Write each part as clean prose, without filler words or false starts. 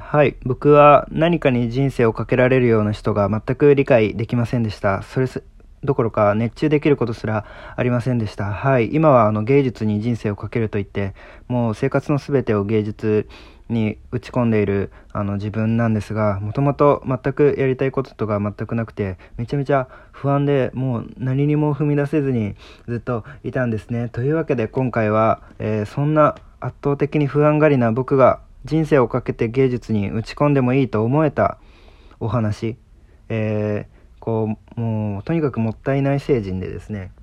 はい、僕は何かに人生をかけられるような人が全く理解できませんでした。どころか熱中できることすらありませんでした。はい、今は芸術に人生をかけると言って、もう生活のすべてを芸術に打ち込んでいる自分なんですが、もともと全くやりたいこととか全くなくて、めちゃめちゃ不安で、もう何にも踏み出せずにずっといたんですね。というわけで今回は、そんな圧倒的に不安がりな僕が人生をかけて芸術に打ち込んでもいいと思えたお話、もうとにかくもったいない成人でですね、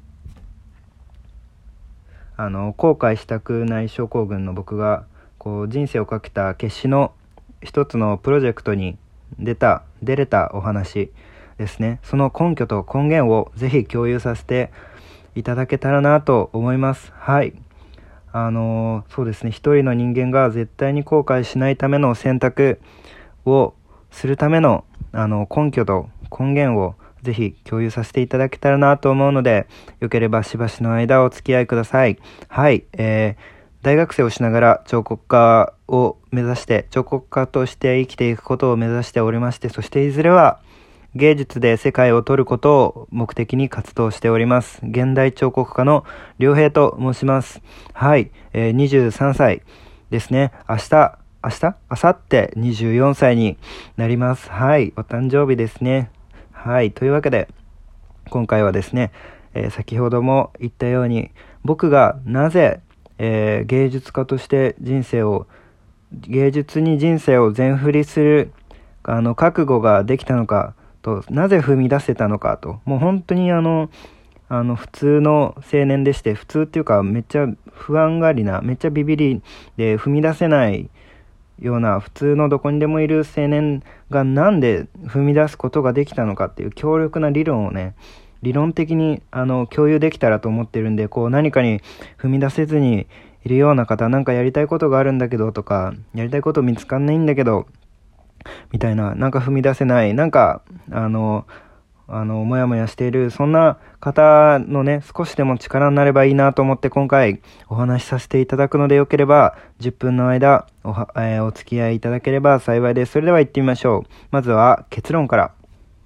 後悔したくない症候群の僕が人生をかけた決死の一つのプロジェクトに出れたお話ですね。その根拠と根源をぜひ共有させていただけたらなと思います。はい。そうですね、一人の人間が絶対に後悔しないための選択をするための根拠と根源をぜひ共有させていただけたらなと思うので、よければしばしの間お付き合いください。はい、大学生をしながら彫刻家を目指して、彫刻家として生きていくことを目指しておりまして、そしていずれは芸術で世界を取ることを目的に活動しております。現代彫刻家の良平と申します。はい、23歳ですね。明後日24歳になります。はい、お誕生日ですね。はい、というわけで今回はですね、先ほども言ったように、僕がなぜ、芸術家として芸術に人生を全振りする覚悟ができたのかと、なぜ踏み出せたのかと、もう本当に普通の青年でして、普通っていうかめっちゃ不安がりな、めっちゃビビりで踏み出せないような普通のどこにでもいる青年がなんで踏み出すことができたのかっていう強力な理論をね、理論的に共有できたらと思ってるんで、何かに踏み出せずにいるような方、なんかやりたいことがあるんだけどとか、やりたいこと見つかんないんだけどみたいな、なんか踏み出せない、なんかもやもやしている、そんな方のね、少しでも力になればいいなと思って今回お話しさせていただくので、よければ10分の間お付き合いいただければ幸いです。それでは行ってみましょう。まずは結論から。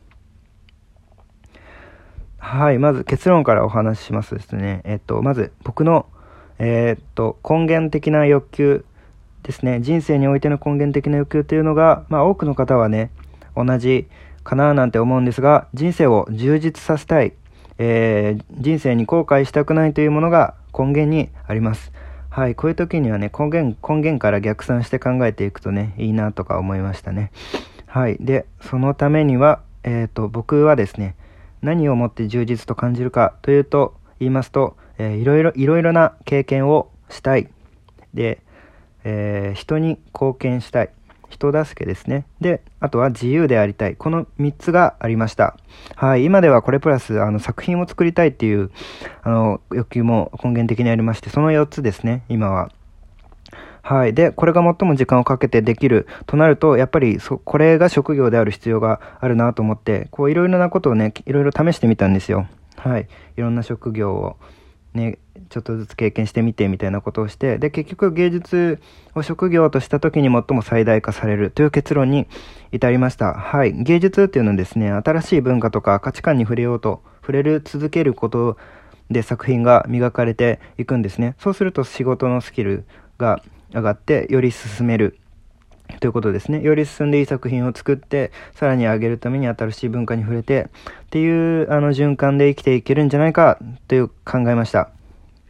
はい、まず結論からお話ししますですね。まず僕の根源的な欲求ですね。人生においての根源的な欲求というのが、多くの方はね、同じかななんて思うんですが、人生を充実させたい、人生に後悔したくないというものが根源にあります。はい、こういう時にはね、根源から逆算して考えていくとね、いいなとか思いましたね。はい、で、そのためには、僕はですね、何をもって充実と感じるかと言いますと、いろいろな経験をしたい。で、人に貢献したい、人助けですね。で、あとは自由でありたい。この3つがありました。はい、今ではこれプラス作品を作りたいっていう欲求も根源的にありまして、その4つですね、今は。はい。で、これが最も時間をかけてできるとなると、やっぱりこれが職業である必要があるなと思って、いろいろなことをね、いろいろ試してみたんですよ。はい。いろんな職業をね、ちょっとずつ経験してみてみたいなことをして、で、結局芸術を職業とした時に最も最大化されるという結論に至りました。はい。芸術っていうのはですね、新しい文化とか価値観に触れ続けることで作品が磨かれていくんですね。そうすると仕事のスキルが上がってより進めるということですね。より進んでいい作品を作って、さらに上げるために新しい文化に触れてっていう循環で生きていけるんじゃないかという考えました。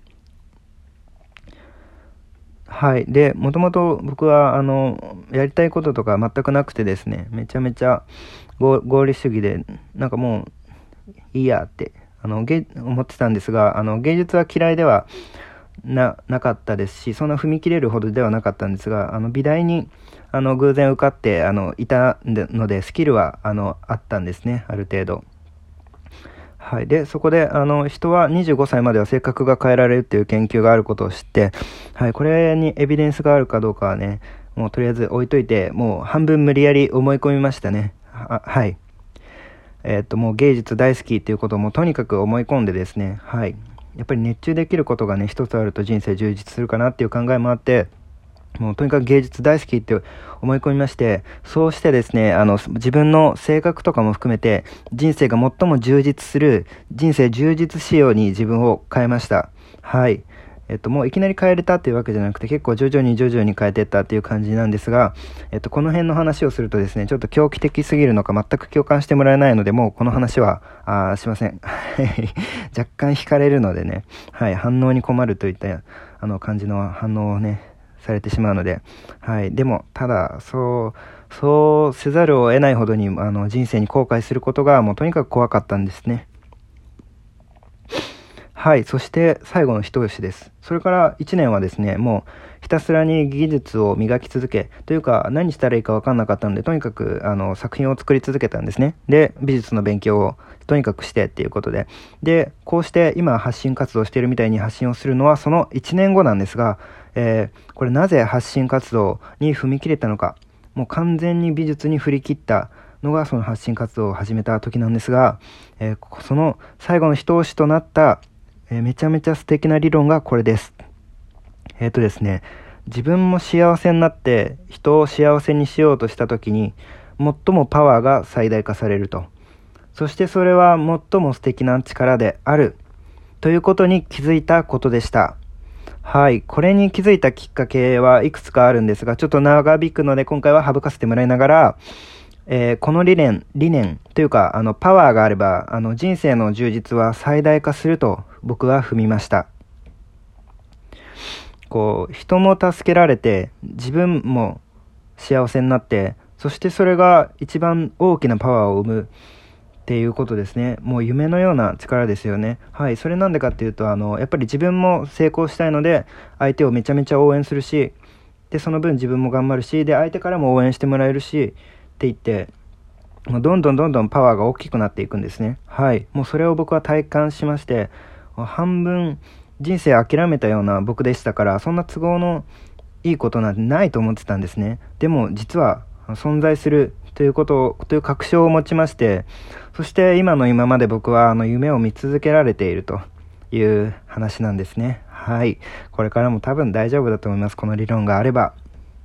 はい。で、もともと僕はやりたいこととか全くなくてですね、めちゃめちゃ合理主義で、なんかもういいやって思ってたんですが、芸術は嫌いではなかったですし、そんな踏み切れるほどではなかったんですが、美大に偶然受かっていたので、スキルはあったんですね、ある程度。はい。で、そこで人は25歳までは性格が変えられるっていう研究があることを知って、はい、これにエビデンスがあるかどうかはね、もうとりあえず置いといて、もう半分無理やり思い込みましたね。はい。もう芸術大好きっていうこともとにかく思い込んでですね、はい。やっぱり熱中できることがね、一つあると人生充実するかなっていう考えもあって、 もうとにかく芸術大好きって思い込みまして、そうしてですね、自分の性格とかも含めて、人生が最も充実する、人生充実仕様に自分を変えました。はい。もういきなり変えれたっていうわけじゃなくて、結構徐々に変えていったっていう感じなんですが、この辺の話をするとですね、ちょっと狂気的すぎるのか全く共感してもらえないので、もうこの話は、しません。若干惹かれるのでね、はい、反応に困るといった、感じの反応をね、されてしまうので、はい。でも、ただ、そうせざるを得ないほどに、人生に後悔することが、もうとにかく怖かったんですね。はい。そして最後の一押しです。それから1年はですね、もうひたすらに技術を磨き続け、というか何したらいいか分かんなかったので、とにかく作品を作り続けたんですね。で、美術の勉強をとにかくしてっていうことで。で、こうして今発信活動しているみたいに発信をするのはその1年後なんですが、これなぜ発信活動に踏み切れたのか、もう完全に美術に振り切ったのがその発信活動を始めた時なんですが、その最後の一押しとなっためちゃめちゃ素敵な理論がこれです。ですね、自分も幸せになって人を幸せにしようとした時に最もパワーが最大化されると。そしてそれは最も素敵な力であるということに気づいたことでした。はい。これに気づいたきっかけはいくつかあるんですが、ちょっと長引くので今回は省かせてもらいながら、この理念というか、パワーがあれば、人生の充実は最大化すると僕は踏みました。人も助けられて、自分も幸せになって、そしてそれが一番大きなパワーを生むっていうことですね。もう夢のような力ですよね。はい。それなんでかっていうと、やっぱり自分も成功したいので、相手をめちゃめちゃ応援するし、で、その分自分も頑張るし、で、相手からも応援してもらえるし、って言って、もうどんどんパワーが大きくなっていくんですね。はい。もうそれを僕は体感しまして、半分人生諦めたような僕でしたから、そんな都合のいいことなんてないと思ってたんですね。でも実は存在するという確証を持ちまして、そして今まで僕は夢を見続けられているという話なんですね。はい。これからも多分大丈夫だと思います。この理論があれば。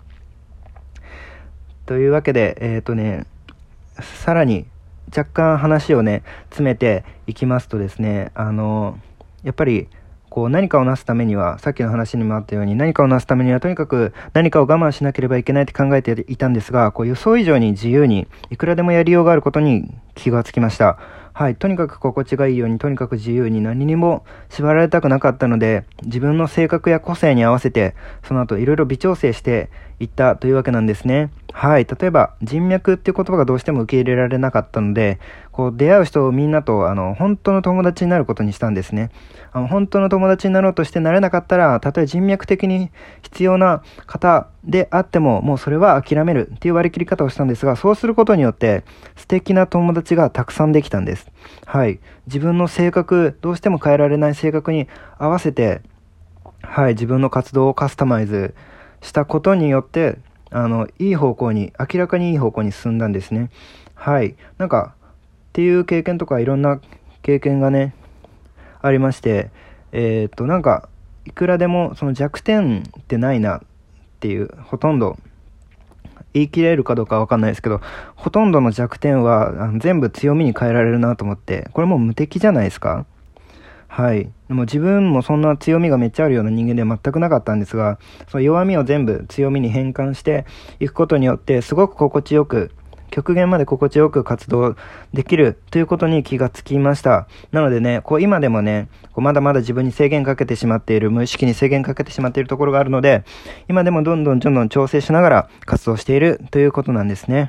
というわけで、さらに若干話をね、詰めていきますとですね、やっぱり、何かをなすためには、さっきの話にもあったように、何かをなすためには、とにかく何かを我慢しなければいけないって考えていたんですが、予想以上に自由に、いくらでもやりようがあることに気がつきました。はい、とにかく心地がいいように、とにかく自由に何にも縛られたくなかったので、自分の性格や個性に合わせて、その後いろいろ微調整していったというわけなんですね。はい、例えば人脈っていう言葉がどうしても受け入れられなかったので、出会う人をみんなと本当の友達になることにしたんですね。本当の友達になろうとしてなれなかったら、たとえ人脈的に必要な方であっても、もうそれは諦めるっていう割り切り方をしたんですが、そうすることによって素敵な友達がたくさんできたんです。はい。自分の性格、どうしても変えられない性格に合わせて、はい、自分の活動をカスタマイズしたことによって、いい方向に、明らかにいい方向に進んだんですね。はい。っていう経験とかいろんな経験がね、ありまして、いくらでもその弱点ってないなっていう、ほとんど、言い切れるかどうかわかんないですけど、ほとんどの弱点は全部強みに変えられるなと思って、これもう無敵じゃないですか。はい。でも自分もそんな強みがめっちゃあるような人間では全くなかったんですが、その弱みを全部強みに変換していくことによって、すごく心地よく、極限まで心地よく活動できるということに気がつきました。なのでね、今でもね、まだまだ自分に制限かけてしまっている、無意識に制限かけてしまっているところがあるので、今でもどんどん調整しながら活動しているということなんですね。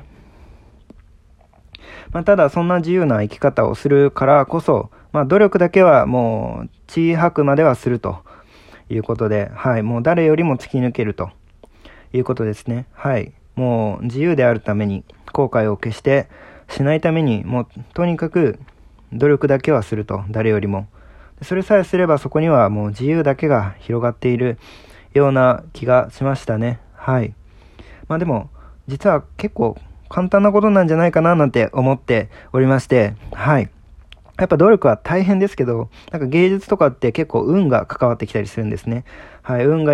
ただそんな自由な生き方をするからこそ、努力だけはもう小吐くまではするということで、はい、もう誰よりも突き抜けるということですね。はい、もう自由であるために、後悔を決してしないために、もうとにかく努力だけはすると、誰よりも。それさえすればそこにはもう自由だけが広がっているような気がしましたね。はい。でも実は結構簡単なことなんじゃないかななんて思っておりまして、はい。やっぱ努力は大変ですけど、芸術とかって結構運が関わってきたりするんですね。はい。運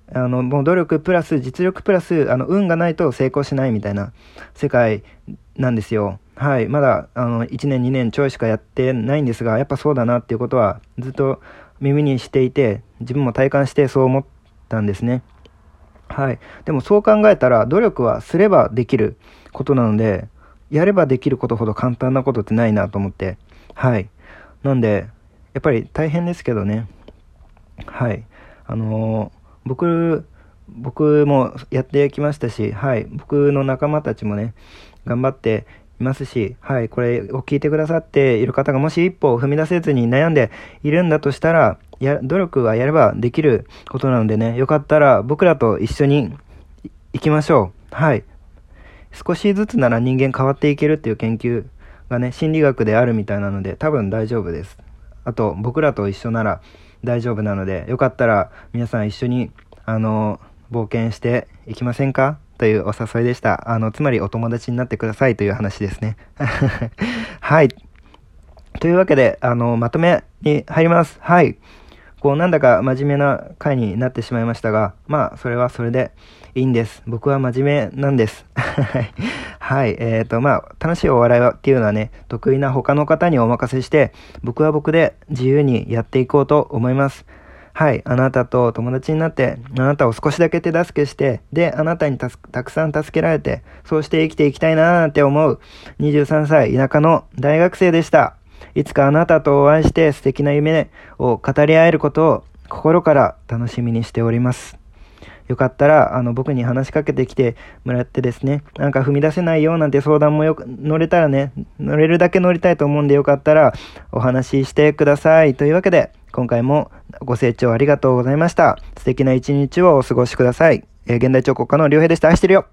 もう努力プラス実力プラス運がないと成功しないみたいな世界なんですよ。はい。まだ1年2年ちょいしかやってないんですが、やっぱそうだなっていうことはずっと耳にしていて、自分も体感してそう思ったんですね。はい。でもそう考えたら努力はすればできることなので、やればできることほど簡単なことってないなと思って、はい。なんでやっぱり大変ですけどね。はい。あのー僕もやってきましたし、はい。僕の仲間たちもね、頑張っていますし、はい。これを聞いてくださっている方がもし一歩を踏み出せずに悩んでいるんだとしたら、努力はやればできることなのでね、よかったら僕らと一緒に行きましょう。はい。少しずつなら人間変わっていけるっていう研究がね、心理学であるみたいなので、多分大丈夫です。あと、僕らと一緒なら大丈夫なので、よかったら皆さん一緒に、冒険していきませんかというお誘いでした。つまりお友達になってくださいという話ですね。はい。というわけで、まとめに入ります。はい。なんだか真面目な回になってしまいましたが、まあ、それはそれでいいんです。僕は真面目なんです。はい。まあ、楽しいお笑いっていうのはね、得意な他の方にお任せして、僕は僕で自由にやっていこうと思います。はい。あなたと友達になって、あなたを少しだけ手助けして、で、あなたにたくさん助けられて、そうして生きていきたいなーって思う23歳田舎の大学生でした。いつかあなたとお会いして素敵な夢を語り合えることを心から楽しみにしております。よかったら僕に話しかけてきてもらってですね、なんか踏み出せないよなんて相談も乗れたらね、乗れるだけ乗りたいと思うんで、よかったらお話ししてください。というわけで今回もご清聴ありがとうございました。素敵な一日をお過ごしください。現代彫刻家のりょうへいでした。愛してるよ。